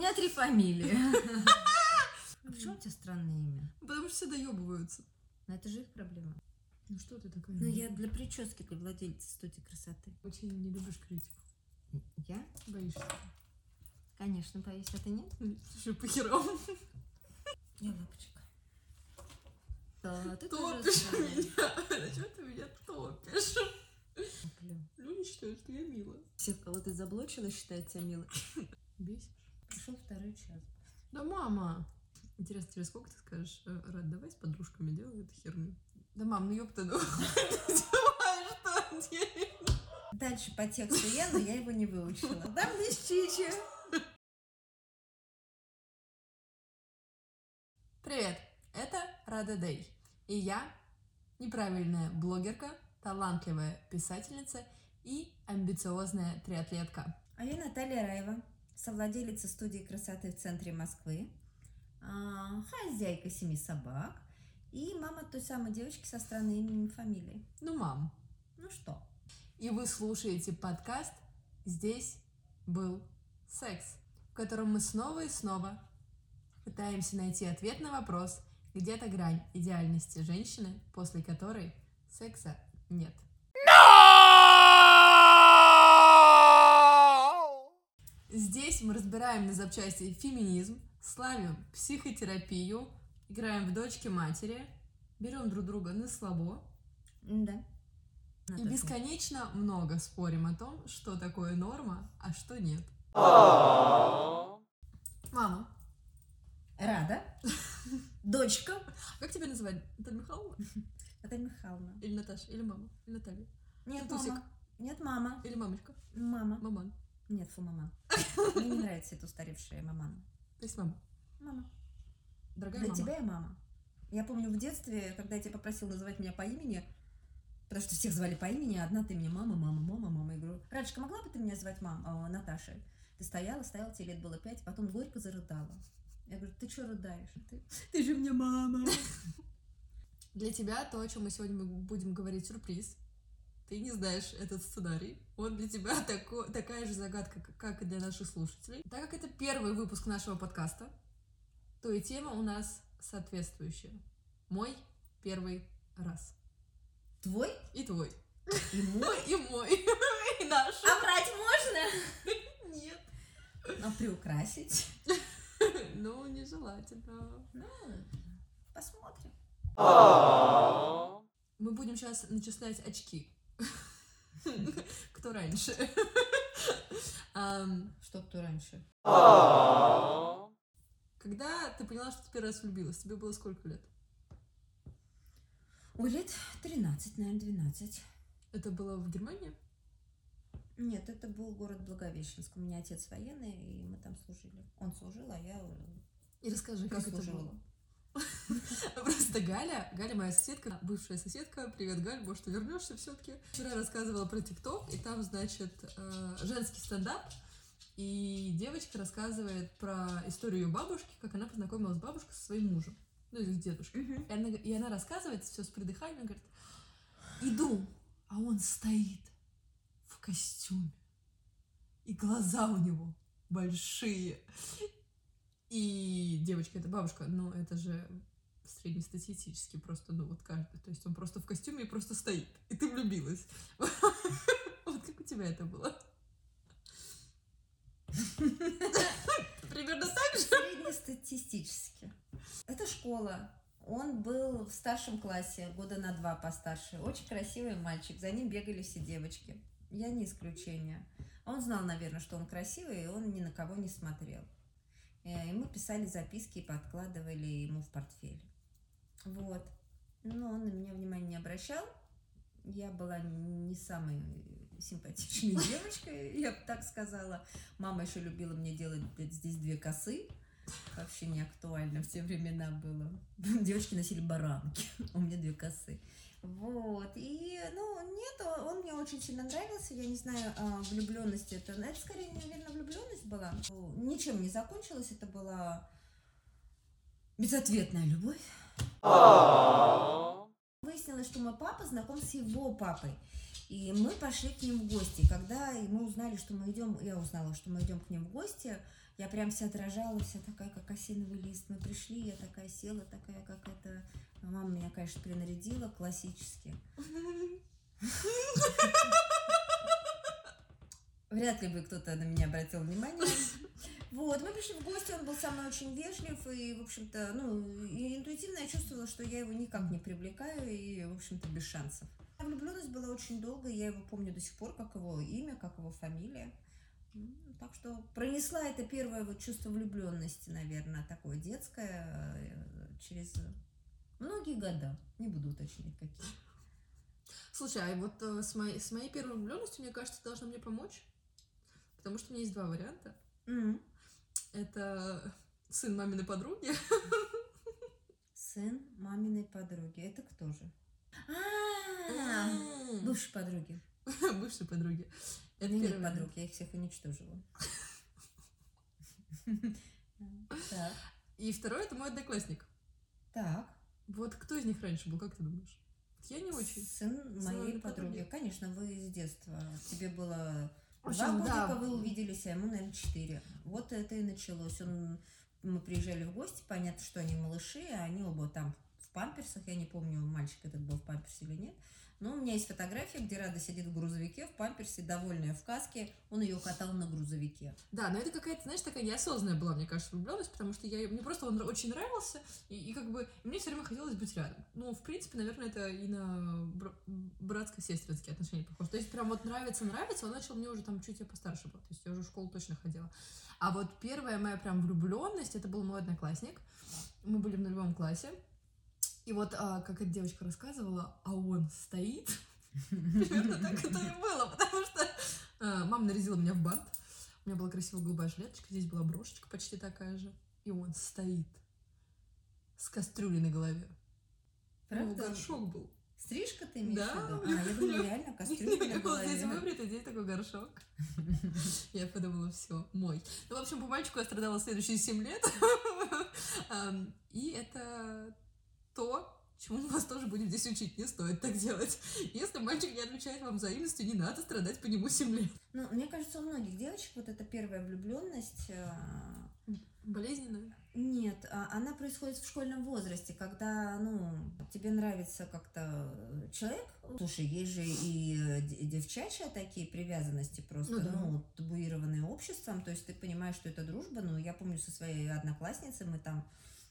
меня 3 фамилии. А почему у тебя странное имя? Потому что все доебываются. Но это же их проблема. Ну что ты такая? Ну, я для прически, для владельца студии красоты. Очень не любишь критику. Я? Боишься. Конечно, боюсь, а ты нет? Слушай, по херам. Я лапочка. Да, ты Топишь тоже меня. Зачем ты меня топишь? Блин. Люди считают, что я мила. Всех, кого ты заблочила, считают тебя милой. Бесишь? Пришел 2-й час. Да, мама. Интересно, тебе сколько ты скажешь? Рад, давай с подружками делай эту херню. Да, мам, ну ёпта, ну что делать? Дальше по тексту я, но я его не выучила. Да, мы с Чичи. Привет, это Рада Дэй. И я неправильная блогерка, талантливая писательница и амбициозная триатлетка. А я Наталья Раева, совладелица студии красоты в центре Москвы, хозяйка 7 собак и мама той самой девочки со странным именем и фамилией. Ну, мам. Ну что? И вы слушаете подкаст «Здесь был секс», в котором мы снова и снова пытаемся найти ответ на вопрос, где-то грань идеальности женщины, после которой секса нет. Здесь мы разбираем на запчасти феминизм, славим психотерапию, играем в дочки матери, берем друг друга на слабо. Да. И бесконечно много спорим о том, что такое норма, а что нет. Мама. Рада. Дочка. Как тебя называть? Наталья Михайловна? Наталья Михайловна. Или Наташа? Или мама? Или Наталья? Нет, Тусик. мама. Нет, мама. Или мамочка? Мама. Маман. Нет, фу, мама. Мне не нравится эта устаревшая маман. То есть мама. Мама. Дорогая Для мама. тебя я мама. Я помню в детстве, когда я тебя попросила называть меня по имени, потому что всех звали по имени, а одна ты мне мама, мама, мама, мама. Я говорю, Радочка, могла бы ты меня звать Наташей? Ты стояла, тебе лет было 5, потом горько зарыдала. Я говорю, ты что рыдаешь? Ты же мне мама. Для тебя то, о чем мы сегодня будем говорить, сюрприз. Ты не знаешь этот сценарий. Он для тебя такая же загадка, как и для наших слушателей. Так как это первый выпуск нашего подкаста, то и тема у нас соответствующая. Мой первый раз. Твой? И твой. И мой? И мой. И наш. А брать можно? Нет. А приукрасить? Ну, нежелательно. Ну, посмотрим. Мы будем сейчас начислять очки. Кто раньше? Что кто раньше? Когда ты поняла, что ты первый раз влюбилась, тебе было сколько лет? Ой, лет 13, наверное, 12. Это было в Германии? Нет, это был город Благовещенск. У меня отец военный, и мы там служили. Он служил, а я И расскажи, как это прислуживала. было. Просто Галя моя соседка, бывшая соседка, привет, Галь, может, ты вернешься все-таки. Вчера рассказывала про ТикТок, и там, значит, женский стендап, и девочка рассказывает про историю ее бабушки, как она познакомилась с бабушкой со своим мужем, ну, их дедушкой. И она рассказывает все с придыханием, говорит, иду, а он стоит в костюме, и глаза у него большие. И девочка, это бабушка, но это же среднестатистически просто, ну вот каждый. То есть он просто в костюме и просто стоит. И ты влюбилась. Вот как у тебя это было? Примерно так же? Среднестатистически. Это школа. Он был в старшем классе, года на 2 постарше. Очень красивый мальчик. За ним бегали все девочки. Я не исключение. Он знал, наверное, что он красивый, и он ни на кого не смотрел. И мы писали записки и подкладывали ему в портфель. Вот. Но он на меня внимания не обращал. Я была не самой симпатичной девочкой, я бы так сказала. Мама еще любила мне делать здесь 2 косы. Вообще не актуально в те времена было. Девочки носили баранки, а у меня 2 косы. Вот. И, нет, он мне очень сильно нравился. Я не знаю, влюбленность это скорее, наверное, влюбленность была. Ничем не закончилось. Это была безответная любовь. Выяснилось, что мой папа знаком с его папой. И мы пошли к ним в гости. Когда мы узнали, что мы идем, я узнала, что мы идем к ним в гости, Я прям вся дрожала, вся такая, как осиновый лист. Мы пришли, я такая села, такая, как это... Мама меня, конечно, принарядила классически. Вряд ли бы кто-то на меня обратил внимание. Вот, мы пришли в гости, он был со мной очень вежлив, и, в общем-то, и интуитивно я чувствовала, что я его никак не привлекаю, и, в общем-то, без шансов. Влюбленность была очень долго, я его помню до сих пор, как его имя, как его фамилия. Так что пронесла это первое вот чувство влюбленности, наверное, такое детское, через многие года. Не буду уточнять, какие. Слушай, а вот с моей первой влюбленностью, мне кажется, ты должна мне помочь. Потому что у меня есть два варианта. Это сын маминой подруги. Сын маминой подруги. Это кто же? Бывшей подруги. Бывшей подруги. Это нет подруг, я их всех уничтожила. Так. И второй это мой одноклассник. Так. Вот кто из них раньше был, как ты думаешь? Я не очень. Сын моей подруги. Конечно, вы с детства. Тебе было 2 общем, годика, да. вы увиделись, а ему, наверное, 4. Вот это и началось. Мы приезжали в гости, понятно, что они малыши, а они оба там в памперсах. Я не помню, мальчик этот был в памперсе или нет. Но у меня есть фотография, где Рада сидит в грузовике, в памперсе, довольная в каске. Он ее катал на грузовике. Да, но это какая-то, знаешь, такая неосознанная была, мне кажется, влюбленность, потому что мне просто он очень нравился, и как бы и мне все время хотелось быть рядом. Ну, в принципе, наверное, это и на братско-сестринские отношения похоже. То есть прям вот нравится, он начал мне уже там чуть я постарше была, то есть я уже в школу точно ходила. А вот первая моя прям влюбленность, это был мой одноклассник. Мы были в 0 классе. И вот, как эта девочка рассказывала, а он стоит. Примерно так это и было, потому что мама нарядила меня в бант. У меня была красивая голубая жилеточка, здесь была брошечка почти такая же. И он стоит с кастрюлей на голове. Правда? Горшок был. Стрижка ты имеешь в виду? Да. Я думала, реально кастрюля на Вот здесь голове. выбрито, здесь такой горшок. Я подумала, все, мой. Ну, в общем, по мальчику я страдала следующие 7 лет. И это то, чему мы вас тоже будем здесь учить. Не стоит так делать. Если мальчик не отвечает вам взаимностью, не надо страдать по нему 7 лет. Ну, мне кажется, у многих девочек вот эта первая влюбленность... Болезненная? Нет, она происходит в школьном возрасте, когда, тебе нравится как-то человек. Слушай, есть же и девчачьи такие привязанности просто, табуированные обществом, то есть ты понимаешь, что это дружба. Я помню со своей одноклассницей, мы там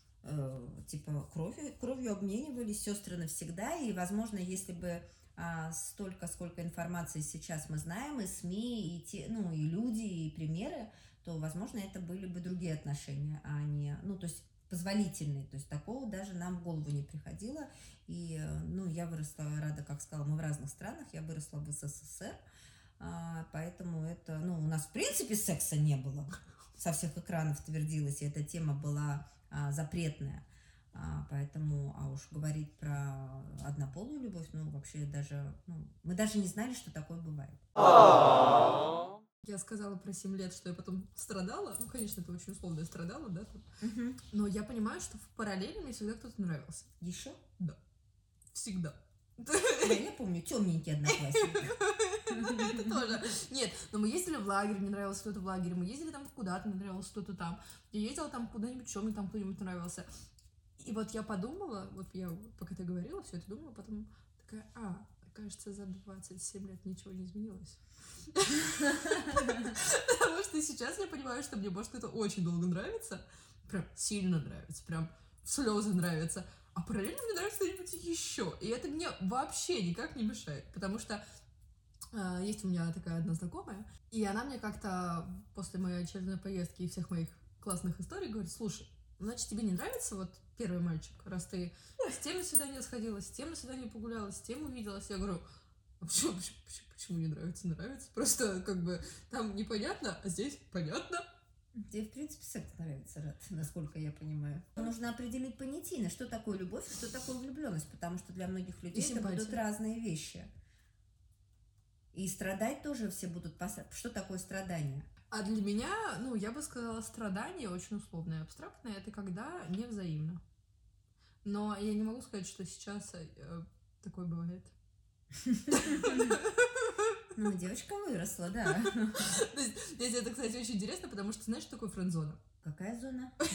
кровью обменивались, сестры навсегда, и, возможно, если бы столько, сколько информации сейчас мы знаем, и СМИ, и люди, и примеры, то, возможно, это были бы другие отношения, а не, то есть позволительные. То есть такого даже нам в голову не приходило. И, я выросла, Рада, как сказала, мы в разных странах, я выросла в СССР, поэтому это, у нас в принципе секса не было. Со всех экранов твердилось, и эта тема была запретная. Поэтому, уж говорить про однополую любовь, вообще даже, мы даже не знали, что такое бывает. Я сказала про 7 лет, что я потом страдала. Ну, конечно, это очень условно, я страдала, да? Угу. Но я понимаю, что в параллели мне всегда кто-то нравился. Еще? Да. Всегда. Я помню, темненький одноклассник. Это тоже. Нет, но мы ездили в лагерь, мне нравился кто-то в лагере. Мы ездили там куда-то, мне нравился кто-то там. Я ездила там куда-нибудь, что мне там кто-нибудь нравился. И вот я подумала, вот я пока ты говорила, все это думала, потом такая, кажется, за 27 лет ничего не изменилось. Потому что сейчас я понимаю, что мне может кто-то очень долго нравится, прям сильно нравится, прям в слезы нравится, а параллельно мне нравится что-нибудь еще. И это мне вообще никак не мешает, потому что есть у меня такая одна знакомая, и она мне как-то после моей очередной поездки и всех моих классных историй говорит: слушай, значит, тебе не нравится вот первый мальчик, раз ты с тем на свидание сходила, с тем на свидание погуляла, с тем увиделась. Я говорю: а почему не нравится? Нравится. Просто как бы там непонятно, а здесь понятно. Тебе, в принципе, секс нравится, Рад, насколько я понимаю. Нужно определить понятийно, что такое любовь, что такое влюбленность, потому что для многих людей это будут разные вещи. И страдать тоже все будут. Что такое страдание? А для меня, я бы сказала, страдание очень условное и абстрактное, это когда невзаимно. Но я не могу сказать, что сейчас такое бывает. Ну, девочка выросла, да. То есть, здесь это, кстати, очень интересно, потому что знаешь, что такое френд-зона? Какая зона? Вот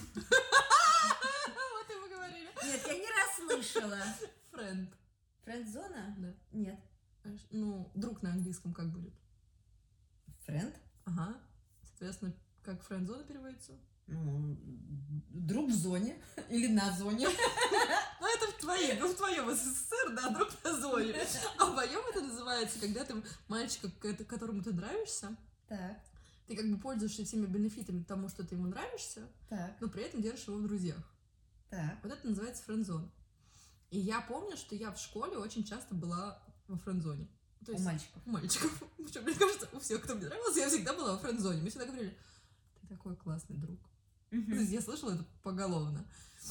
и мы говорили. Нет, я не расслышала. Френд. Френд-зона? Да. Нет. Ну, друг на английском как будет? Френд? Ага. Соответственно, как френд-зона переводится? Ну, друг в зоне или на зоне. Ну, это в твоем СССР, да, друг на зоне. А в моем это называется, когда ты мальчика, которому ты нравишься, Так, ты как бы пользуешься всеми бенефитами тому, что ты ему нравишься, так, но при этом держишь его в друзьях. так. Вот это называется френд-зона. И я помню, что я в школе очень часто была во френд-зоне. То У есть мальчиков. у мальчиков. Причем, мне кажется, у всех, кто мне нравился, я всегда была во френд-зоне. Мы всегда говорили, ты такой классный друг. То есть я слышала это поголовно.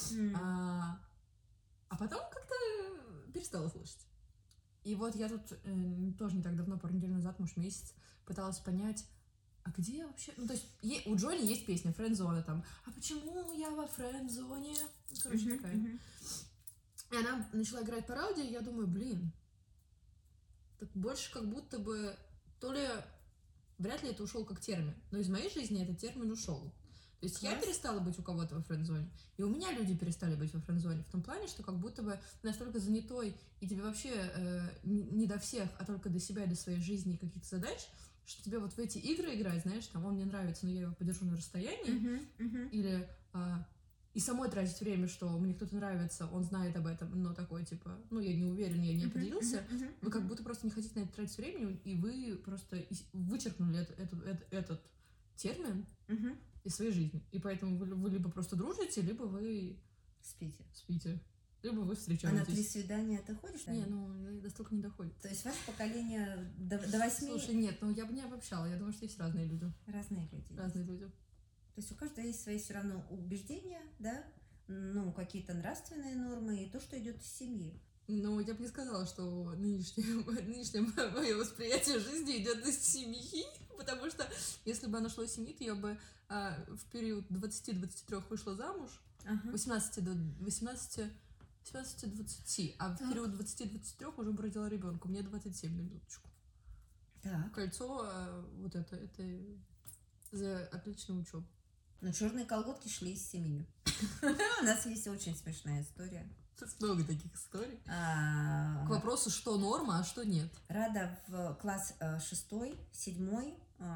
А потом как-то перестала слышать. И вот я тут тоже не так давно, пару недель назад, может, месяц, пыталась понять, а где вообще... Ну, то есть у Джони есть песня «Френд-зона» там. А почему я во френд-зоне? Ну, короче, такая. И она начала играть по радио, и я думаю, блин, так больше как будто бы... То ли вряд ли это ушел как термин, но из моей жизни этот термин ушел. То есть я перестала быть у кого-то во френд-зоне, и у меня люди перестали быть во френд-зоне. В том плане, что как будто бы настолько занятой, и тебе вообще не до всех, а только до себя и до своей жизни и каких-то задач, что тебе вот в эти игры играть, знаешь, там, он мне нравится, но я его подержу на расстоянии, или и самой тратить время, что мне кто-то нравится, он знает об этом, но такой, типа, ну, я не уверен, я не определился, вы как будто просто не хотите на это тратить времени, и вы просто вычеркнули этот термин из своей жизни. И поэтому вы либо просто дружите, либо вы спите. Либо вы А встречаетесь. на 3 свидания ты ходишь? Не, ну, до столько не доходит. То есть ваше поколение до 8... Слушай, нет, ну я бы не обобщала. Я думаю, что есть разные люди. Разные люди. Разные люди. То есть у каждого есть свои все равно убеждения, да? Ну, какие-то нравственные нормы и то, что идет из семьи. Ну, я бы не сказала, что нынешнее мое восприятие жизни идет из семьи, потому что если бы оно шло из семьи, то я бы в период 20-23 вышла замуж, 18-20, а в период 20-23 уже бы родила ребенка. Мне 27 на минуточку. Так. Кольцо, вот это за отличную учебу. Но черные колготки шли из семьи. У нас есть очень смешная история. Тут много таких историй. К вопросу, что норма, а что нет. Рада в класс 6-7.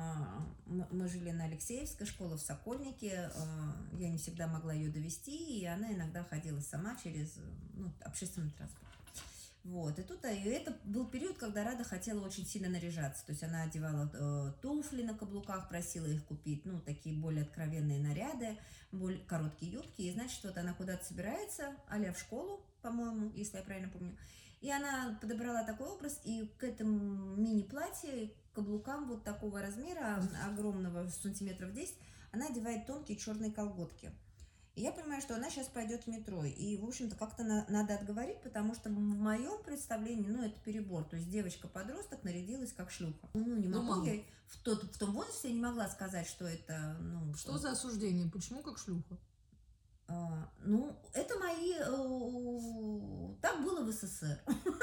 Мы жили на Алексеевской, школа в Сокольнике. Я не всегда могла ее довести, и она иногда ходила сама через общественный транспорт. Вот. И это был период, когда Рада хотела очень сильно наряжаться. То есть она одевала туфли на каблуках, просила их купить, такие более откровенные наряды, более короткие юбки. И значит, вот она куда-то собирается, а-ля в школу, по-моему, если я правильно помню. И она подобрала такой образ, и к этому мини-платью, каблукам вот такого размера, огромного, сантиметров 10, она одевает тонкие черные колготки. И я понимаю, что она сейчас пойдет в метро. И, в общем-то, как-то надо отговорить, потому что в моем представлении, это перебор. То есть девочка-подросток нарядилась как шлюха. Не могу я... В том возрасте я не могла сказать, что это... Что за осуждение? Почему как шлюха? Это мои... Так было в СССР.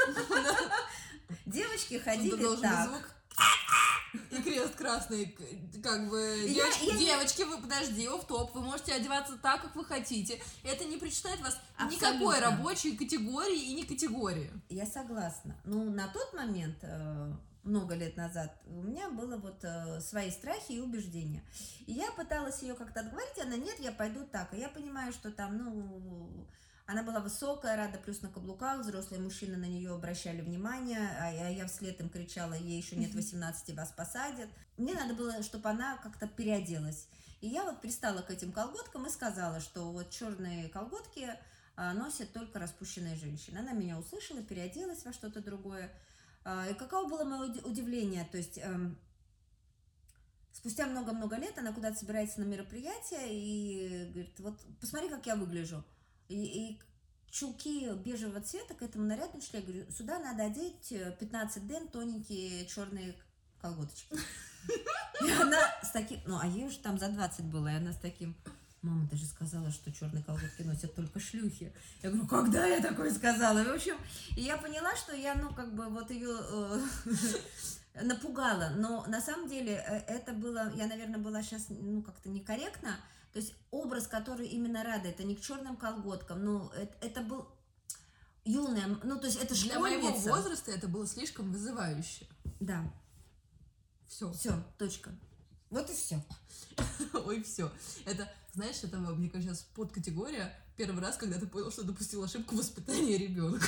Девочки ходили так. И крест красный, как бы... Девочки, вы подожди, офф-топ, вы можете одеваться так, как вы хотите. Это не причитает вас никакой рабочей категории и не категории. Я согласна. На тот момент, много лет назад, у меня было свои страхи и убеждения. И я пыталась ее как-то отговорить, она: нет, я пойду так. И я понимаю, что там, она была высокая, Рада плюс на каблуках, взрослые мужчины на нее обращали внимание, а я вслед им кричала: ей еще нет 18, вас посадят. Мне надо было, чтобы она как-то переоделась. И я пристала к этим колготкам и сказала, что черные колготки носят только распущенные женщины. Она меня услышала, переоделась во что-то другое. И каково было мое удивление, то есть... Спустя много-много лет она куда-то собирается на мероприятие и говорит: вот посмотри, как я выгляжу. И чулки бежевого цвета к этому наряду шли. Я говорю: сюда надо одеть 15 ден тоненькие черные колготочки. И она с таким... а ей уже там за 20 было, и она с таким: мама, ты же сказала, что черные колготки носят только шлюхи. Я говорю: когда я такое сказала? И, в общем, я поняла, что я, ее напугало, но на самом деле это было, я, наверное, была сейчас, ну, как-то некорректно, то есть образ, который именно Рада, это не к черным колготкам, ну, это был юная, ну, то есть это Для моего школьница. возраста это было слишком вызывающе. Да, Все. точка. Вот и все. Ой, все. Это, знаешь, это, мне кажется, сейчас подкатегория первый раз, когда ты понял, что допустил ошибку воспитания ребенка.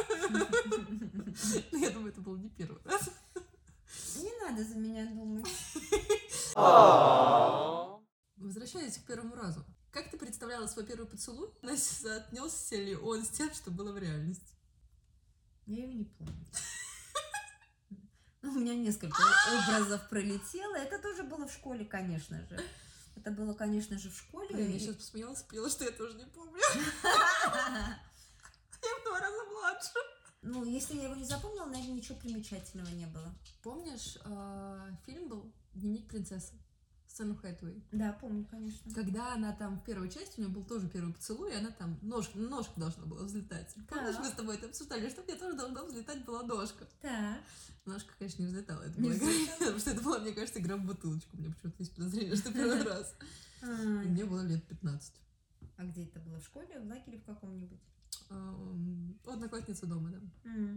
Я думаю, это был не первый раз. Не надо за меня думать. Возвращаясь к первому разу. Как ты представляла свой первый поцелуй? Соотнесся ли он с тем, что было в реальности? Я его не помню. У меня несколько образов пролетело. Это тоже было в школе, конечно же. Это было, конечно же, в школе. Блин, я сейчас посмеялась и поняла, что я тоже не помню. Я в 2 раза младше. Ну, если я его не запомнила, наверное, ничего примечательного не было. Помнишь, фильм был «Дневник принцессы» с Энн Хэтэуэй? Да, помню, конечно. Когда она там в первой части, у нее был тоже первый поцелуй, и она там ножка должна была взлетать. Помнишь, мы с тобой это обсуждали, что мне тоже должна взлетать была ножка. Так. Ножка, конечно, не взлетала, это была игра, потому что это была, мне кажется, игра в бутылочку. У меня почему-то есть подозрение, что первый раз. И мне было лет 15. А где это было? В школе, в лагере в каком-нибудь? Одноклассница дома, да.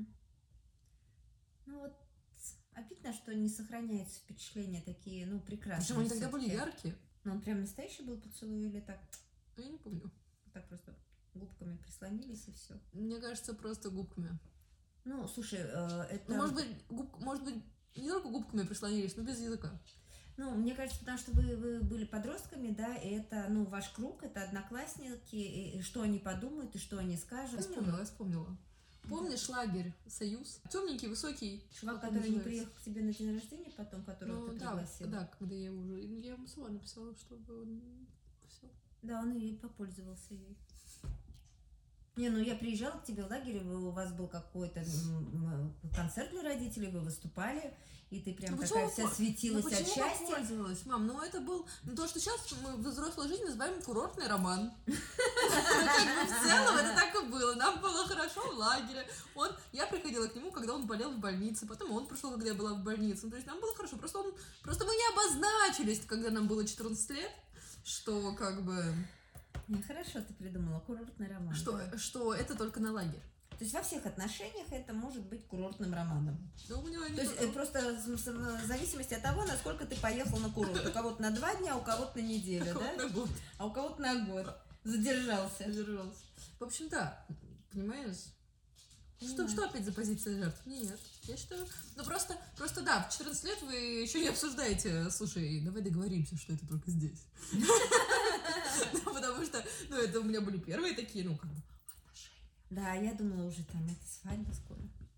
Ну вот, обидно, что не сохраняются впечатления такие, ну, прекрасные. Причем они тогда были всё-таки. яркие. Но он прям настоящий был поцелуй или так? Я не помню. Так просто губками прислонились и все. Мне кажется, просто губками. Ну, слушай, это... Ну, может быть, не только губками прислонились, но без языка. Ну, мне кажется, потому что вы были подростками, да, и это, ну, ваш круг, это одноклассники, и что они подумают, и что они скажут. Я вспомнила. Помнишь лагерь «Союз»? Темненький, высокий. Чувак, как он который не называется? приехал к тебе на день рождения потом, которого Ну, ты да, пригласил. да, когда я ему сама написала, чтобы он... Все. Да, он и попользовался ей. Не, ну я приезжала к тебе в лагерь, у вас был какой-то концерт для родителей, вы выступали, и ты прям такая вся светилась от счастья. Пользовалась, мам? Ну, это был... Ну, то, что сейчас мы в взрослой жизни называем курортный роман. В целом это так и было. Нам было хорошо в лагере. Я приходила к нему, когда он болел в больнице, потом он пришел, когда я была в больнице. То есть нам было хорошо. Просто мы не обозначились, когда нам было 14 лет, что как бы... Хорошо ты придумала, курортный роман. Что это только на лагерь. То есть во всех отношениях это может быть курортным романом. Да, у меня То есть просто в зависимости от того, насколько ты поехал на курорт. У кого-то на 2 дня, а у кого-то на неделю, да? На год. А у кого-то на год. Задержался. В общем, да, понимаешь? Что опять за позиция жертв? Нет, я считаю... Ну, просто да, в 14 лет вы еще не обсуждаете, слушай, давай договоримся, что это только здесь. Потому что, это у меня были первые такие, отношения. Да, я думала уже там, это свадьба скоро.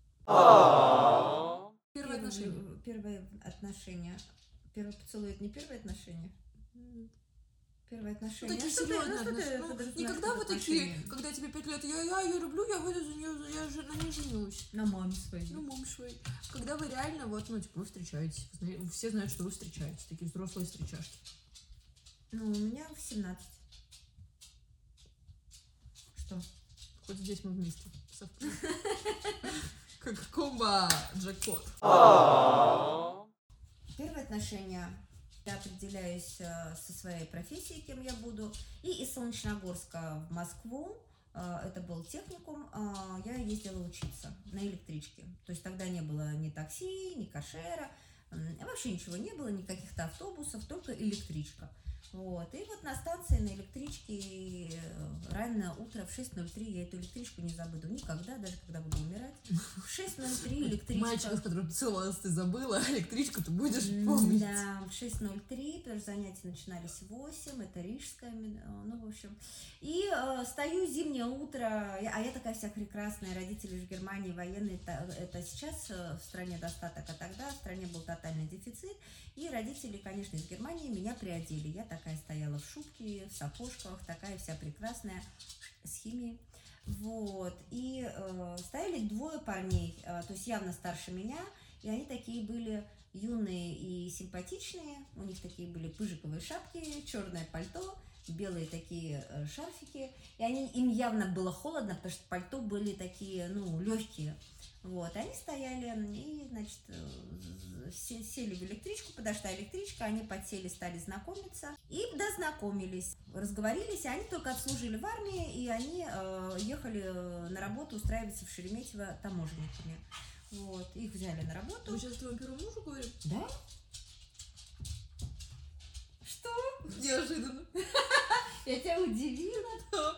Первые отношения. Первые отношения. Первый поцелуй — это не первые отношения? Первые отношения. Такие серьезные отношения. Не когда вы такие, когда тебе 5 лет, я ее люблю, я выйду за нее, я же на ней женюсь. На маме своей. На маме своей. Когда вы реально, вы встречаетесь, все знают, что вы встречаетесь, такие взрослые встречашки. Ну, у меня в 17. Что? Хоть здесь мы вместе. Как комбо джекпот. Первые отношения. Я определяюсь со своей профессией, кем я буду. И из Солнечногорска в Москву, это был техникум, я ездила учиться на электричке. То есть тогда не было ни такси, ни кошера, вообще ничего не было, никаких-то автобусов, только электричка. Вот. И вот на станции на электричке раннее утро в 6:03, я эту электричку не забуду никогда, даже когда буду умирать. В 6:03 электричка. Мальчика, с которым ты целовалась, ты забыла, а электричку ты будешь помнить. Да, в 6:03, потому что занятия начинались в 8, это Рижская, ну, в общем. И стою зимнее утро, а я такая вся прекрасная, родители в Германии военные, это сейчас в стране достаток, а тогда в стране был тотальный дефицит. И родители, конечно, из Германии меня приодели. Я такая стояла в шубке, в сапожках, такая вся прекрасная, с химией. Вот. И стояли 2 парней, то есть явно старше меня, и они такие были юные и симпатичные. У них такие были пыжиковые шапки, черное пальто, белые такие шарфики, и им явно было холодно, потому что пальто были такие, ну, легкие. Вот, и они стояли, и, значит, сели в электричку, подошла электричка, они подсели, стали знакомиться, и дознакомились, разговорились, и они только отслужили в армии, и они ехали на работу устраиваться в Шереметьево таможенниками. Вот, их взяли на работу. Мы сейчас твоему первому мужу говорим? Да? Что? Неожиданно. Я тебя удивила?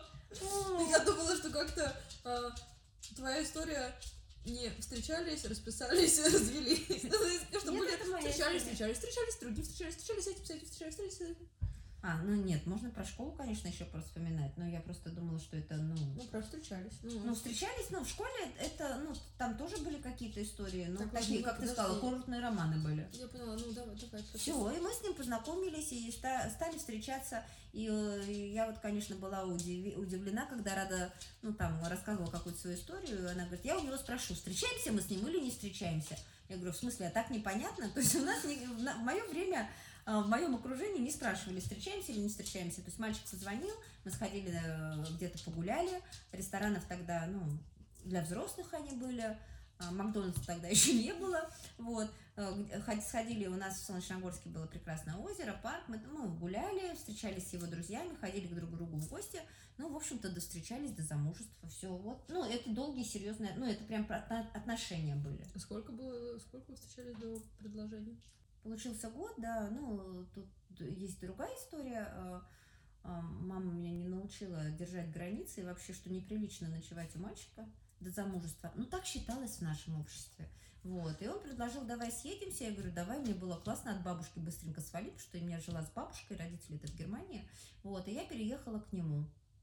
Я думала, что как-то твоя история не встречались, расписались, развелись. Что были встречались, другие встречались, с этим, встречались, с этим. Ну нет, можно про школу, конечно, еще просто вспоминать, но я просто думала, что это, про встречались. Встречались, в школе это, там тоже были какие-то истории, так, такие, как ты сказала, курортные романы были. Я поняла, давай. Все, и мы с ним познакомились и стали встречаться, и я вот, конечно, была удивлена, когда Рада, рассказывала какую-то свою историю, она говорит, я у него спрошу, встречаемся мы с ним или не встречаемся? Я говорю, в смысле, а так непонятно? То есть у нас в мое время... В моем окружении не спрашивали, встречаемся или не встречаемся. То есть мальчик позвонил, мы сходили где-то погуляли. Ресторанов тогда, для взрослых они были. Макдональдса тогда еще не было. Вот. Сходили, у нас в Солнечногорске было прекрасное озеро, парк. Мы гуляли, встречались с его друзьями, ходили к друг другу в гости. В общем-то, довстречались до замужества. Все. Вот. Это долгие, серьезные, это прям отношения были. А сколько вы встречались до предложения? Получился год, да, тут есть другая история. Мама меня не научила держать границы и вообще, что неприлично ночевать у мальчика до замужества. Так считалось в нашем обществе. Вот, и он предложил, давай съедемся. Я говорю, давай, мне было классно от бабушки быстренько свалить, потому что я жила с бабушкой, родители-то в Германии. Вот, и я переехала к нему.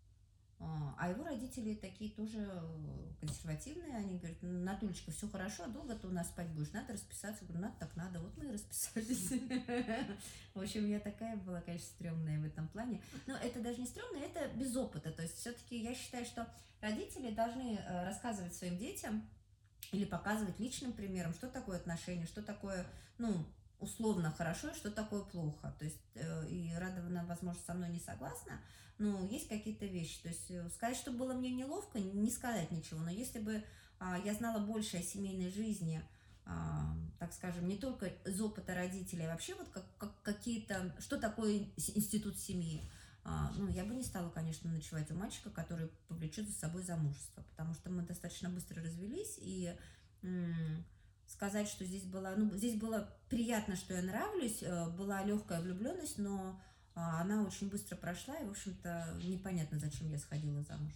А его родители такие тоже консервативные, они говорят, Натулечка, все хорошо, а долго ты у нас спать будешь, надо расписаться. Я говорю, надо так надо, вот мы и расписались. В общем, я такая была, конечно, стрёмная в этом плане. Но это даже не стрёмная, это без опыта. То есть все-таки я считаю, что родители должны рассказывать своим детям или показывать личным примером, что такое отношения, что такое, условно хорошо и что такое плохо. То есть, и Радовна, возможно, со мной не согласна, но есть какие-то вещи. То есть сказать, что было мне неловко, не сказать ничего. Но если бы я знала больше о семейной жизни, так скажем, не только из опыта родителей, а вообще вот как какие-то, что такое институт семьи, я бы не стала, конечно, ночевать у мальчика, который повлечет за собой замужество, потому что мы достаточно быстро развелись, и сказать, что здесь было приятно, что я нравлюсь, была легкая влюбленность, но она очень быстро прошла, и, в общем-то, непонятно, зачем я сходила замуж.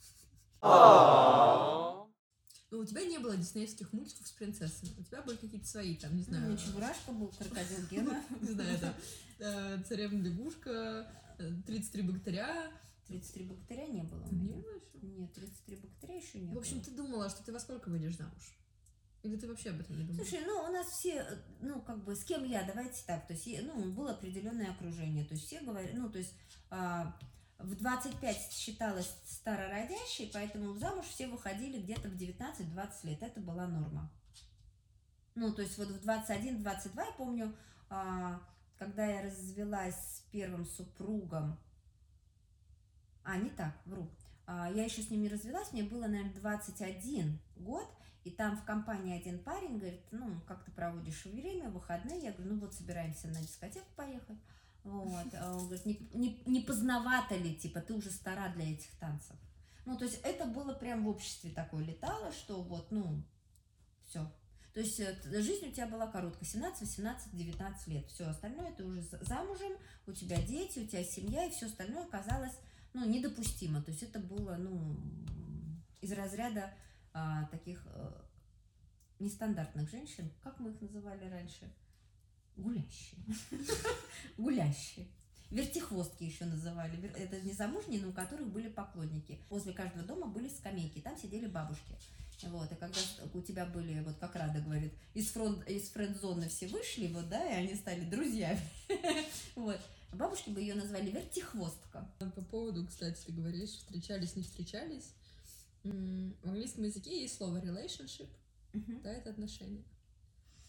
У тебя не было диснеевских мультиков с принцессами, у тебя были какие-то свои, там, не знаю... Чебурашка был, крокодил Гена. Не знаю, там, царевна-лягушка, 33 богатыря. 33 богатыря не было у меня. Не было еще? Нет, 33 богатыря еще не было. В общем, ты думала, что ты во сколько выйдешь замуж? Или ты вообще об этом не думала? Слушай, у нас все, с кем я, давайте так, то есть, было определенное окружение, то есть все говорят, в 25 считалось старородящей, поэтому в замуж все выходили где-то в 19-20 лет, это была норма. То есть вот в 21-22, я помню, когда я развелась с первым супругом, не так, вру, я еще с ним не развелась, мне было, наверное, 21 год, и там в компании один парень говорит, как ты проводишь время, выходные? Я говорю, собираемся на дискотеку поехать. Вот. Он говорит, не поздновато ли, типа, ты уже стара для этих танцев. То есть это было прям в обществе такое летало, что все. То есть жизнь у тебя была короткая, 17, 18, 19 лет. Все остальное ты уже замужем, у тебя дети, у тебя семья, и все остальное оказалось, недопустимо. То есть это было, из разряда таких нестандартных женщин, как мы их называли раньше? Гулящие. Гулящие. Вертихвостки еще называли. Это незамужние, но у которых были поклонники. Возле каждого дома были скамейки, там сидели бабушки. Вот, и когда у тебя были, вот как Рада говорит, из френд-зоны все вышли, и они стали друзьями. Вот. Бабушки бы ее назвали вертихвостка. По поводу, кстати, ты говоришь, встречались, не встречались. В английском языке есть слово relationship, да, это отношения.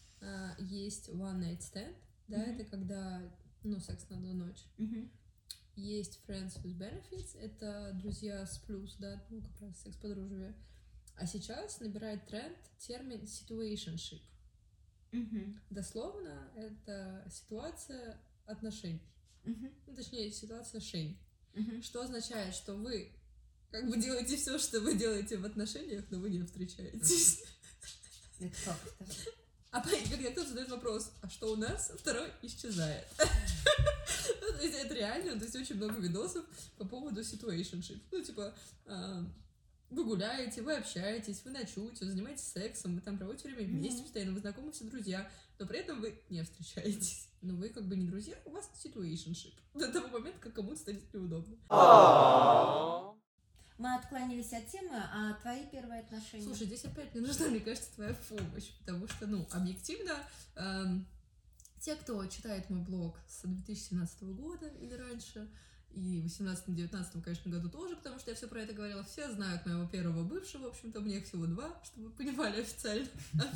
Есть one night stand, да, это когда, секс на одну ночь. есть friends with benefits, это друзья с плюс, да, ну, как раз секс-подружие. А сейчас набирает тренд термин situationship. Дословно, это ситуация отношений. Ну, точнее, ситуация шей. Что означает, что вы как бы делаете все, что вы делаете в отношениях, но вы не встречаетесь. Это как это? А когда кто-то задает вопрос, а что у нас, второй исчезает. То есть это реально, то есть очень много видосов по поводу situationship. Ну, типа, вы гуляете, вы общаетесь, вы ночуете, вы занимаетесь сексом, вы там проводите время вместе постоянно, вы знакомы, все друзья, но при этом вы не встречаетесь. Но вы как бы не друзья, у вас situationship. До того момента, как кому-то станет неудобно. Мы отклонились от темы, а твои первые отношения? Слушай, здесь опять мне нужна, мне кажется, твоя помощь, потому что, ну, объективно, те, кто читает мой блог с 2017 года или раньше, и в 18-19, конечно, году тоже, потому что я все про это говорила, все знают моего первого бывшего, в общем-то, мне их всего 2, чтобы вы понимали, официально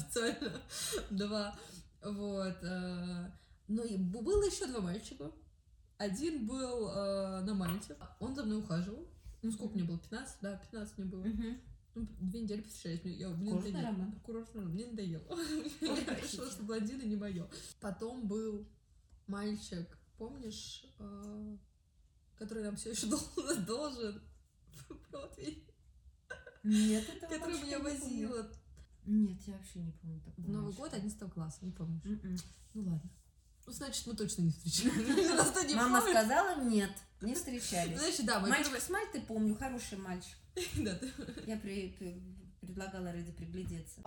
2, вот. Но и было еще 2 мальчика. Один был на Мальте, он за мной ухаживал. Ну, сколько мне было? 15? Да, 15 мне было. Ну, 2 недели повстречались. Курортный роман. Курортный роман. Мне надоело. Я решила, что блондины не мое. Потом был мальчик, помнишь, который нам все еще должен Бродвей. Нет, это который меня возила. Нет, я вообще не помню такого. В Новый год 11 класса, не помнишь? Ну ладно. Ну, значит, мы точно не встречались. Мама сказала нет, не встречались. Значит, да, мальчик с Мальты, помню, хороший мальчик. Да. Я предлагала Реде приглядеться.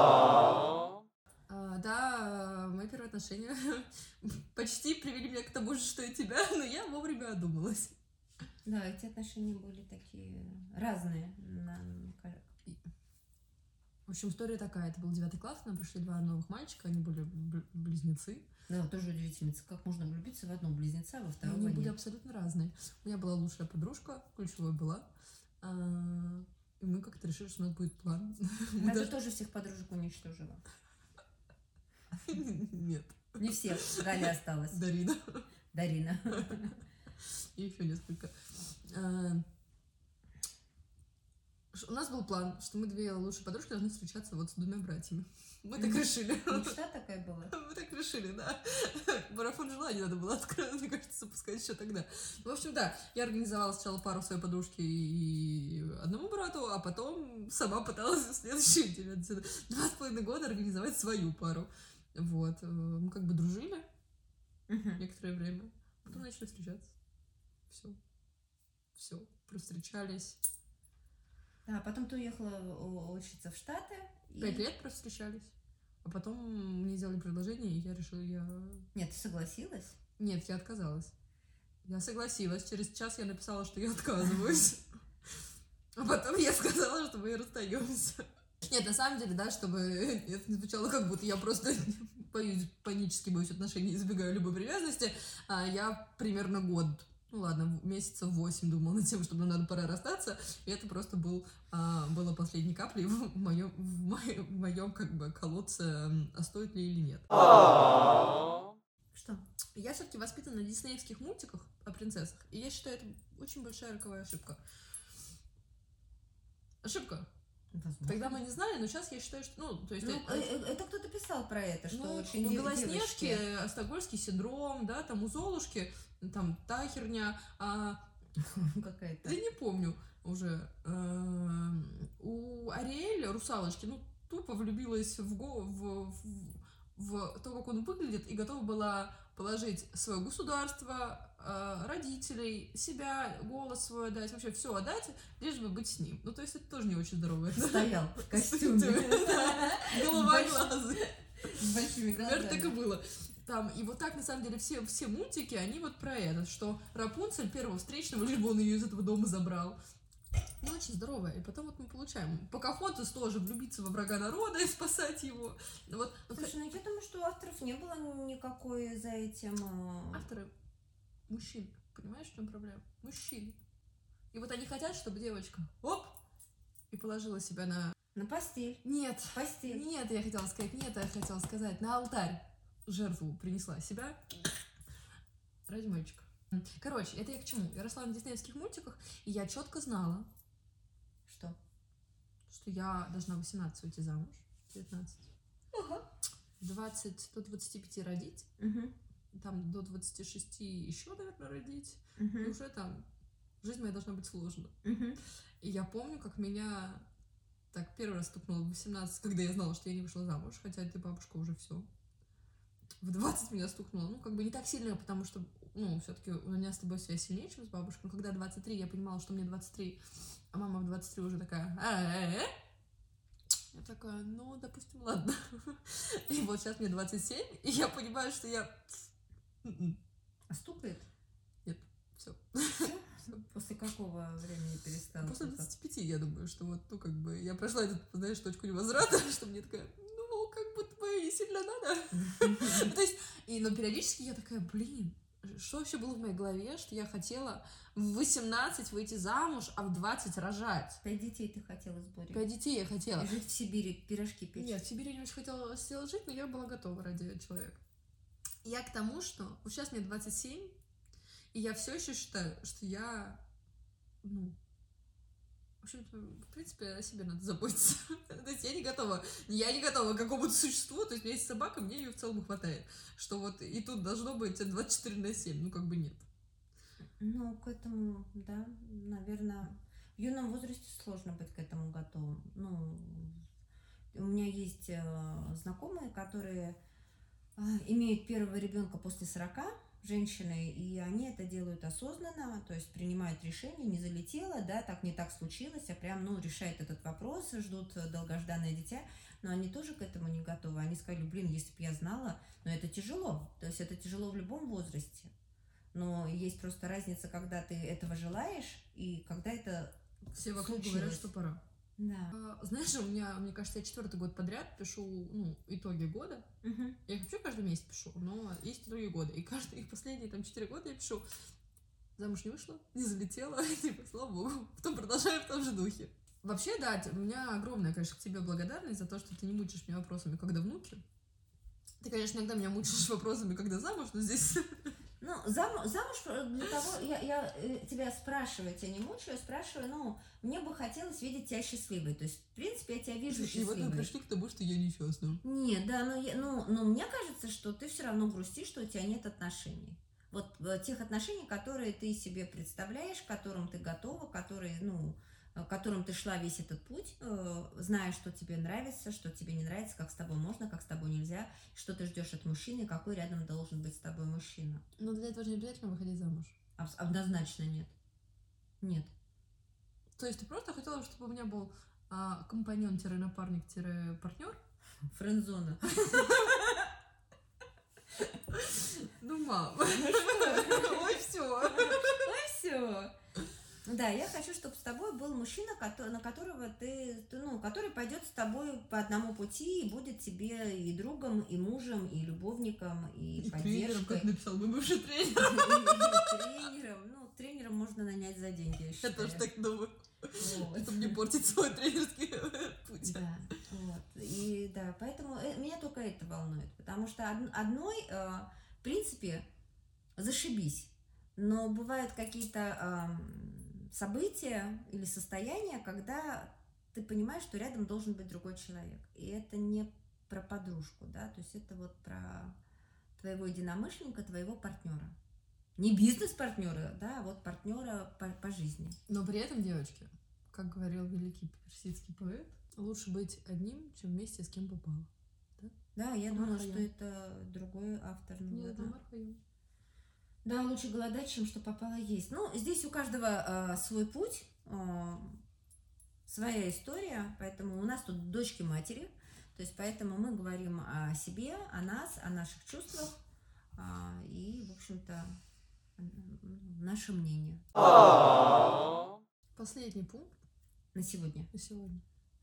Да, мои первые отношения почти привели меня к тому же, что и тебя, но я вовремя одумалась. Да, эти отношения были такие разные. В общем, история такая. Это был 9 класс, нам пришли 2 новых мальчика, они были близнецы. Да, тоже удивительница, как можно влюбиться в одного близнеца, а во второго нет. Они были абсолютно разные. У меня была лучшая подружка, ключевой была. И мы как-то решили, что у нас будет план. А ты тоже всех подружек уничтожила? Нет. Не всех, Галя осталась. Дарина. И еще несколько. У нас был план, что мы 2 лучшие подружки должны встречаться вот с 2 братьями. Мы так решили. Мечта такая была? Мы так решили, да. Марафон желаний надо было открыть, мне кажется, запускать еще тогда. В общем, да, я организовала сначала пару своей подружки и одному брату, а потом сама пыталась в следующие 2,5 года организовать свою пару. Вот. Мы как бы дружили некоторое время, потом начали встречаться. Все. Провстречались. Да, потом ты уехала учиться в Штаты. 5 лет провстречались. А потом мне сделали предложение, и я решила, Нет, ты согласилась? Нет, я отказалась. Я согласилась. Через час я написала, что я отказываюсь. А потом я сказала, что мы расстаемся. Нет, на самом деле, да, чтобы это не звучало, как будто я просто панически боюсь отношений, избегаю любой привязанности, я примерно год, ну ладно, месяцев 8 думала над тем, что нам надо пора расстаться, и это просто было последней каплей в моем как бы колодце, а стоит ли или нет. Что? Я все-таки воспитана на диснеевских мультиках о принцессах, и я считаю, это очень большая роковая ошибка. Ошибка. Возможно. Тогда мы не знали, но сейчас я считаю, что... Ну, то есть... это кто-то писал про это, что очень у Белоснежки, девочки... стокгольмский синдром, да, там у Золушки, там та херня, Какая-то. я не помню уже. У Ариэль, русалочки, ну, тупо влюбилась в то, как он выглядит, и готова была положить свое государство, родителей, себя, голос свой отдать, вообще все отдать, лишь бы быть с ним. Ну, то есть это тоже не очень здорово. Стоял в костюме. Голова глазы. С большими глазами. Так и было. Там, и вот так, на самом деле, все мультики, они вот про это, что Рапунцель первого встречного, лишь бы он ее из этого дома забрал. Не очень здоровая. И потом вот мы получаем Покахонтас тоже влюбиться во врага народа и спасать его. Вот. Слушай, ну я думаю, что у авторов не было никакой за этим... Авторы мужчин. Понимаешь, в чем проблема? Мужчины. И вот они хотят, чтобы девочка оп! И положила себя на постель. Нет. Постель. Нет, я хотела сказать, на алтарь жертву принесла себя ради мальчика. Короче, это я к чему? Я росла на диснеевских мультиках, и я четко знала, Что? что я должна 18 выйти замуж, 19. Ага. 20 до 25 родить, Мгм. там до 26 еще, наверное, родить, и Мгм. уже там жизнь моя должна быть сложна. Мгм. И я помню, как меня так первый раз стукнуло в 18, когда я знала, что я не вышла замуж, хотя ты бабушка уже все. В 20 меня стукнуло, ну, как бы не так сильно, потому что, ну, все-таки у меня с тобой связь сильнее, чем с бабушкой. Но когда 23, я понимала, что мне 23, а мама в 23 уже такая, я такая, ну, допустим, ладно. И вот сейчас мне 27, и я понимаю, что я... А стукает? Нет, все. После какого времени перестала? После стукать? 25, я думаю, что вот, ну, как бы, я прошла эту, знаешь, точку невозврата, что мне такая, ну, как будто бы и сильно надо. То есть, но периодически я такая, блин, что вообще было в моей голове, что я хотела в 18 выйти замуж, а в 20 рожать. 5 детей ты хотела с Борей? 5 детей я хотела. И жить в Сибири, пирожки печь? Нет, в Сибири я не очень хотела сидела жить, но я была готова ради человека. Я к тому, что вот сейчас мне 27, и я все еще считаю, что я, ну, в общем-то, в принципе, о себе надо заботиться. То есть я не готова к какому-то существу, то есть у меня есть собака, мне ее в целом хватает. Что вот и тут должно быть 24/7, ну как бы нет. Ну, к этому, да, наверное, в юном возрасте сложно быть к этому готовым. Ну, у меня есть знакомые, которые имеют первого ребенка после 40, женщины, и они это делают осознанно, то есть принимают решение, не залетело, да, так не так случилось, а прям, ну, решают этот вопрос, ждут долгожданное дитя, но они тоже к этому не готовы. Они сказали, блин, если бы я знала, но это тяжело, то есть это тяжело в любом возрасте, но есть просто разница, когда ты этого желаешь и когда это Все вокруг случилось. говорят, что пора. Да. Знаешь, мне кажется, я 4-й год подряд пишу, ну, итоги года. Мгм. Я их вообще каждый месяц пишу, но есть итоги года. И каждые последние там 4 года я пишу, замуж не вышла, не залетела, типа, слава богу. Потом продолжаю в том же духе. Вообще, да, у меня огромная, конечно, к тебе благодарность за то, что ты не мучаешь меня вопросами, когда внуки. Ты, конечно, иногда меня мучаешь вопросами, когда замуж, но здесь... Ну, замуж для того, я тебя спрашиваю, тебя не мучаю, спрашиваю, ну, мне бы хотелось видеть тебя счастливой. То есть, в принципе, я тебя вижу И вот мы счастливой. пришли к тому, что я несчастна. Нет, да, но мне кажется, что ты все равно грустишь, что у тебя нет отношений. Вот тех отношений, которые ты себе представляешь, к которым ты готова, которые, ну, к которым ты шла весь этот путь, зная, что тебе нравится, что тебе не нравится, как с тобой можно, как с тобой нельзя, что ты ждешь от мужчины, какой рядом должен быть с тобой мужчина. Но для этого же не обязательно выходить замуж. Однозначно нет. Нет. То есть ты просто хотела, чтобы у меня был компаньон-напарник-партнер? Френдзона. Ну, мам. Ой, все. Ой, все. Да, я хочу, чтобы с тобой был мужчина, на которого который пойдет с тобой по одному пути и будет тебе и другом, и мужем, и любовником, и тренером, поддержкой. как написал мой бывший тренер. И тренером. Ну, тренером можно нанять за деньги, я Я считаю. тоже так думаю. Вот. Чтобы не портить свой тренерский путь. Да, вот. И да, поэтому меня только это волнует, потому что одной, в принципе, зашибись. Но бывают какие-то события или состояния, когда ты понимаешь, что рядом должен быть другой человек. И это не про подружку, да, то есть это вот про твоего единомышленника, твоего партнера. Не бизнес-партнера, да, а вот партнера по жизни. Но при этом, девочки, как говорил великий персидский поэт, лучше быть одним, чем вместе с кем попало. Да, я Амар думала, Хайям. что это другой автор. Ну, Нет, ладно. Амар Хайям. Да, лучше голодать, чем что попало есть. Ну, здесь у каждого свой путь, своя история, поэтому у нас тут дочки матери, то есть поэтому мы говорим о себе, о нас, о наших чувствах и, в общем-то, наше мнение Последний пункт на сегодня. на сегодня.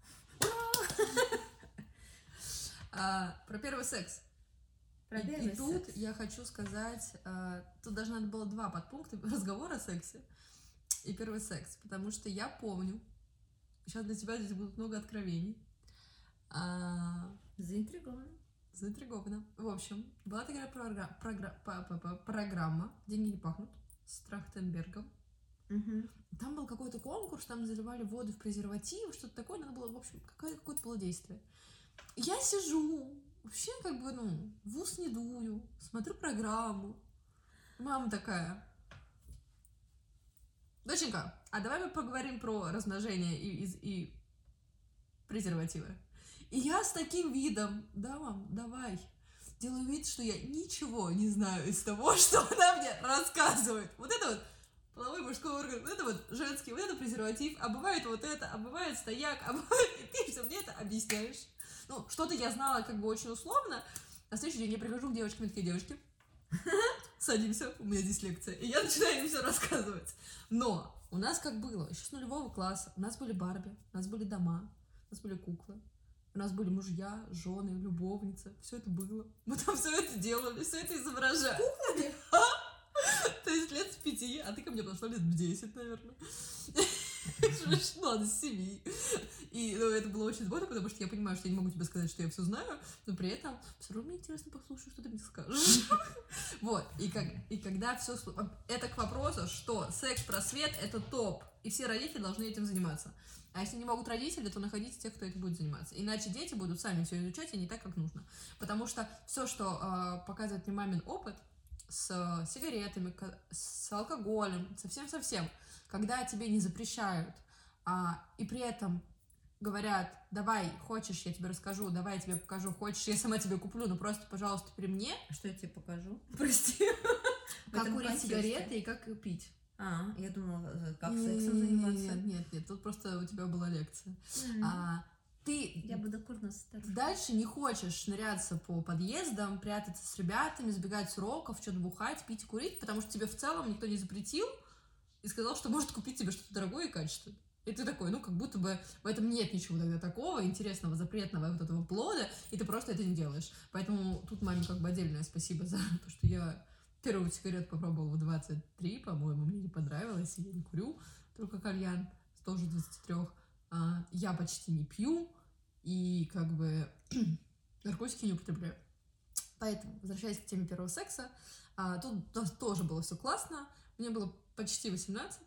Про первый секс. Про И первый тут секс. я хочу сказать, тут даже надо было 2 подпункта: разговор о сексе и первый секс, потому что я помню, сейчас для тебя здесь будут много откровений. Заинтригована. Заинтригована. В общем, была такая программа «Деньги не пахнут» с Трахтенбергом. Мгм. Там был какой-то конкурс, там заливали воду в презерватив, что-то такое, надо было, в общем, какое-то было действие. Я сижу, вообще как бы, в ус не дую, смотрю программу. Мама такая: доченька, а давай мы поговорим про размножение и презервативы. И я с таким видом: да, мам, давай. Делаю вид, что я ничего не знаю из того, что она мне рассказывает. Вот это вот половой мужской орган, вот это вот женский, вот это презерватив, а бывает вот это, а бывает стояк, а бывает... И ты все мне это объясняешь. Что-то я знала как бы очень условно. На следующий день я прихожу к девочкам и такие: девочки, садимся, у меня здесь лекция. И я начинаю им все рассказывать. Но у нас как было, еще с нулевого класса, у нас были Барби, у нас были дома, у нас были куклы, у нас были мужья, жены, любовницы. Все это было. Мы там все это делали, все это изображали. Куклами? То есть лет с 5, а ты ко мне подошла лет в 10, наверное. Ладно, с 7. И это было очень здорово, потому что я понимаю, что я не могу тебе сказать, что я все знаю, но при этом все равно мне интересно послушать, что ты мне скажешь. Вот. И когда все... Это к вопросу, что секс-просвет — это топ, и все родители должны этим заниматься. А если не могут родители, то находите тех, кто этим будет заниматься. Иначе дети будут сами все изучать, и не так, как нужно. Потому что все, что показывает мне мамин опыт с сигаретами, с алкоголем, совсем-совсем, когда тебе не запрещают, и при этом говорят: давай, хочешь, я тебе расскажу, давай я тебе покажу, хочешь, я сама тебе куплю, но просто, пожалуйста, при мне. Что я тебе покажу? Прости. Как курить сигареты и как пить. Я думала, как сексом заниматься. Нет, тут просто у тебя была лекция. Я буду курносом старушкой. Дальше не хочешь шныряться по подъездам, прятаться с ребятами, сбегать с уроков, что-то бухать, пить и курить, потому что тебе в целом никто не запретил и сказал, что может купить тебе что-то дорогое и качественное. И ты такой, как будто бы в этом нет ничего тогда такого интересного, запретного, вот этого плода, и ты просто это не делаешь. Поэтому тут маме как бы отдельное спасибо за то, что я первую сигарету попробовала в 23, по-моему, мне не понравилось, и я не курю, только кальян, тоже 23. Я почти не пью, и как бы наркотики не употребляю. Поэтому, возвращаясь к теме первого секса, тут тоже было все классно, мне было почти 18,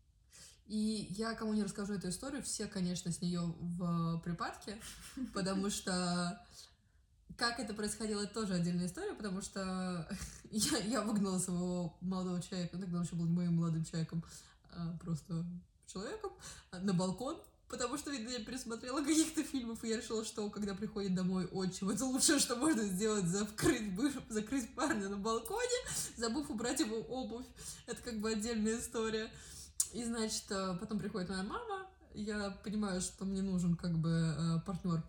и я кому не расскажу эту историю, все, конечно, с нее в припадке, потому что как это происходило, это тоже отдельная история, потому что я выгнала своего молодого человека, тогда он еще был не моим молодым человеком, а просто человеком, на балкон, потому что, видно, я пересмотрела каких-то фильмов, и я решила, что когда приходит домой отчим, это лучшее, что можно сделать, закрыть парня на балконе, забыв убрать его обувь. Это как бы отдельная история. И, значит, потом приходит моя мама, я понимаю, что мне нужен как бы партнер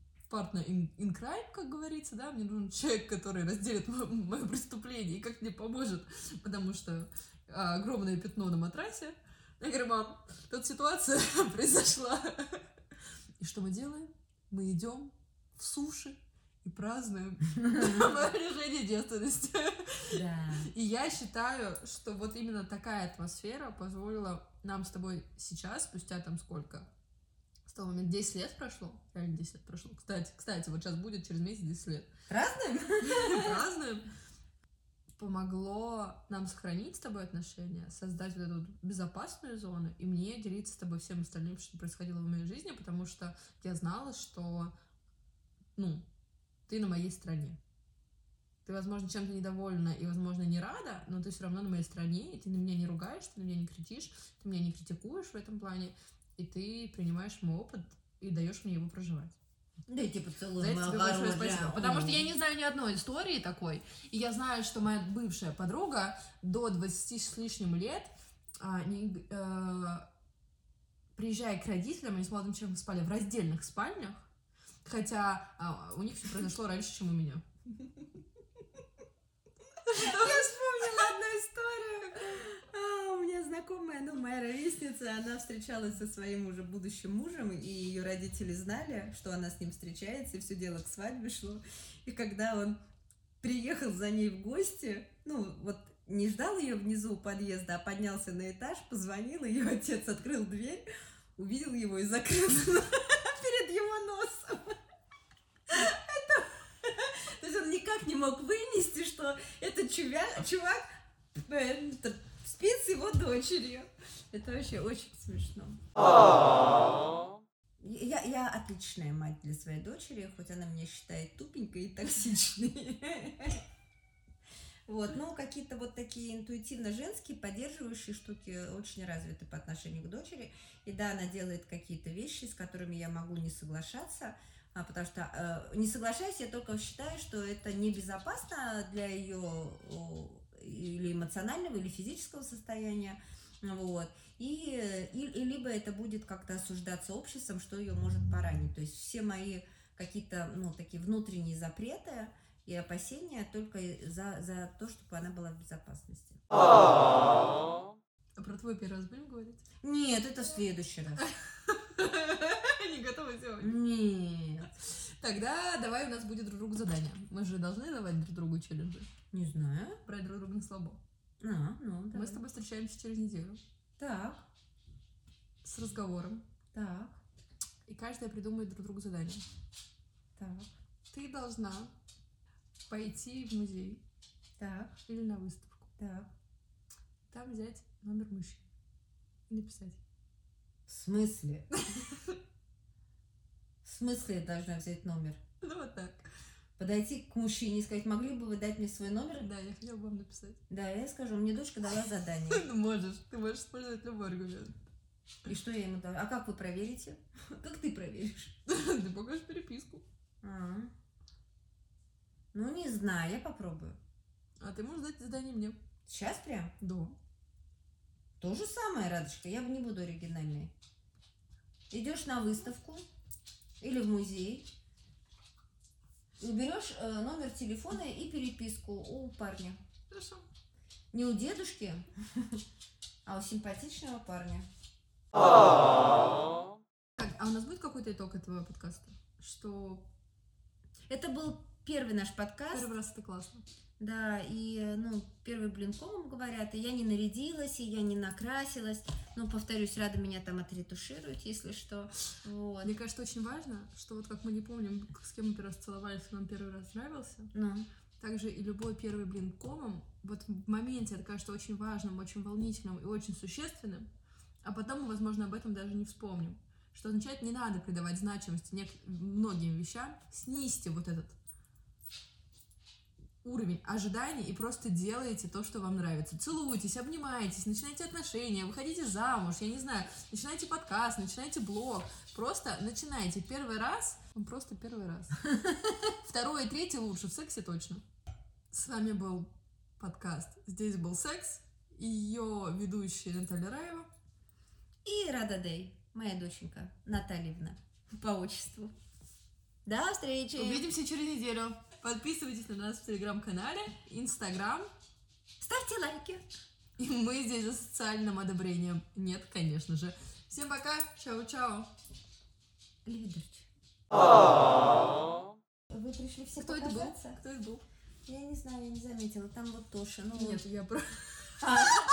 in crime, как говорится, да, мне нужен человек, который разделит мое преступление и как мне поможет, потому что огромное пятно на матрасе. Я говорю: мам, тут ситуация произошла. И что мы делаем? Мы идем в суши и празднуем мое лишение девственности. Да. И я считаю, что вот именно такая атмосфера позволила нам с тобой сейчас, спустя там сколько? С того момента 10 лет прошло. Реально 10 лет прошло. Кстати, вот сейчас будет через месяц 10 лет. Празднуем? Празднуем. Помогло нам сохранить с тобой отношения, создать вот эту безопасную зону, и мне делиться с тобой всем остальным, что происходило в моей жизни, потому что я знала, что, ты на моей стороне. Ты, возможно, чем-то недовольна и, возможно, не рада, но ты все равно на моей стороне, и ты на меня не ругаешь, ты на меня не кричишь, ты меня не критикуешь в этом плане, и ты принимаешь мой опыт и даешь мне его проживать. Дайте поцелуй, За это тебе большое спасибо. Потому что я не не... знаю ни одной истории такой. И я знаю, что моя бывшая подруга до 20 с лишним лет, приезжая к родителям, они с молодым человеком спали в раздельных спальнях, хотя у них все произошло раньше, чем у меня. Я вспомнила одну историю. У меня знакомая, моя ровесница, она встречалась со своим уже будущим мужем, и ее родители знали, что она с ним встречается, и все дело к свадьбе шло. И когда он приехал за ней в гости, не ждал ее внизу у подъезда, а поднялся на этаж, позвонил, ее отец открыл дверь, увидел его и закрылся перед его носом. То есть он никак не мог вынести, что этот чувак спит с его дочерью. Это вообще очень смешно. Я отличная мать для своей дочери, хоть она меня считает тупенькой и токсичной. Вот, но какие-то вот такие интуитивно-женские, поддерживающие штуки очень развиты по отношению к дочери. И да, она делает какие-то вещи, с которыми я могу не соглашаться, потому что не соглашаюсь, я только считаю, что это небезопасно для ее или эмоционального, или физического состояния. Вот. И либо это будет как-то осуждаться обществом, что ее может поранить. То есть все мои какие-то, ну, такие внутренние запреты и опасения только за то, чтобы она была в безопасности. А про твой первый раз будем говорить? Нет, это в следующий раз. Не готова сегодня. Нет. Тогда давай у нас будет друг другу задание. Мы же должны давать друг другу челленджи. Не знаю. Брать друг друга на слабо. Ну, Мы давай. с тобой встречаемся через неделю. Так, С разговором. так, И каждая придумает друг другу задание. так, Ты должна пойти в музей так, или на выставку. так. Там взять номер мужчины и написать. В смысле? В смысле я должна взять номер? Ну вот так. Подойти к мужчине и сказать, могли бы вы дать мне свой номер? Да, я хотела бы вам написать. Да, я скажу, мне дочка дала задание. Ты можешь использовать любой аргумент. И что я ему дала? А как вы проверите? Как ты проверишь? Ты покажешь переписку. Ну, не знаю, я попробую. А ты можешь дать задание мне. Сейчас прям? Да. То же самое, Радочка, я не буду оригинальной. Идешь на выставку или в музей, и берешь номер телефона и переписку у парня. Хорошо. Не у дедушки, а у симпатичного парня. Так, а у нас будет какой-то итог этого подкаста? Что Это был первый наш подкаст. первый раз это классно. Да, и, ну, первый блин комом говорят, и я не нарядилась, и я не накрасилась. Ну, повторюсь, Рада меня там отретуширует, если что. Вот. Мне кажется, очень важно, что вот как мы не помним, с кем мы первый раз целовались, кто нам первый раз нравился, Ну, также и любой первый блин комом, вот в моменте это кажется очень важным, очень волнительным и очень существенным, а потом мы, возможно, об этом даже не вспомним. Что означает, не надо придавать значимости многим вещам, снизьте вот этот уровень ожиданий и просто делаете то, что вам нравится. Целуйтесь, обнимайтесь, начинайте отношения, выходите замуж, я не знаю, начинайте подкаст, начинайте блог. Просто начинайте. Первый раз, он просто первый раз. Второй и третий лучше, в сексе точно. С вами был подкаст «Здесь был секс», и ее ведущая Наталья Раева. и Рада Дэй, моя доченька Натальевна, по отчеству. До встречи! Увидимся через неделю. Подписывайтесь на нас в Телеграм-канале, Инстаграм. Ставьте лайки! И мы здесь за социальным одобрением. Нет, конечно же. Всем пока. Чао-чао. Лидочка. Вы пришли все Кто это был? показаться? Кто это был? Я не знаю, я не заметила. Там вот Тоша. Ну, Нет, я про... вот.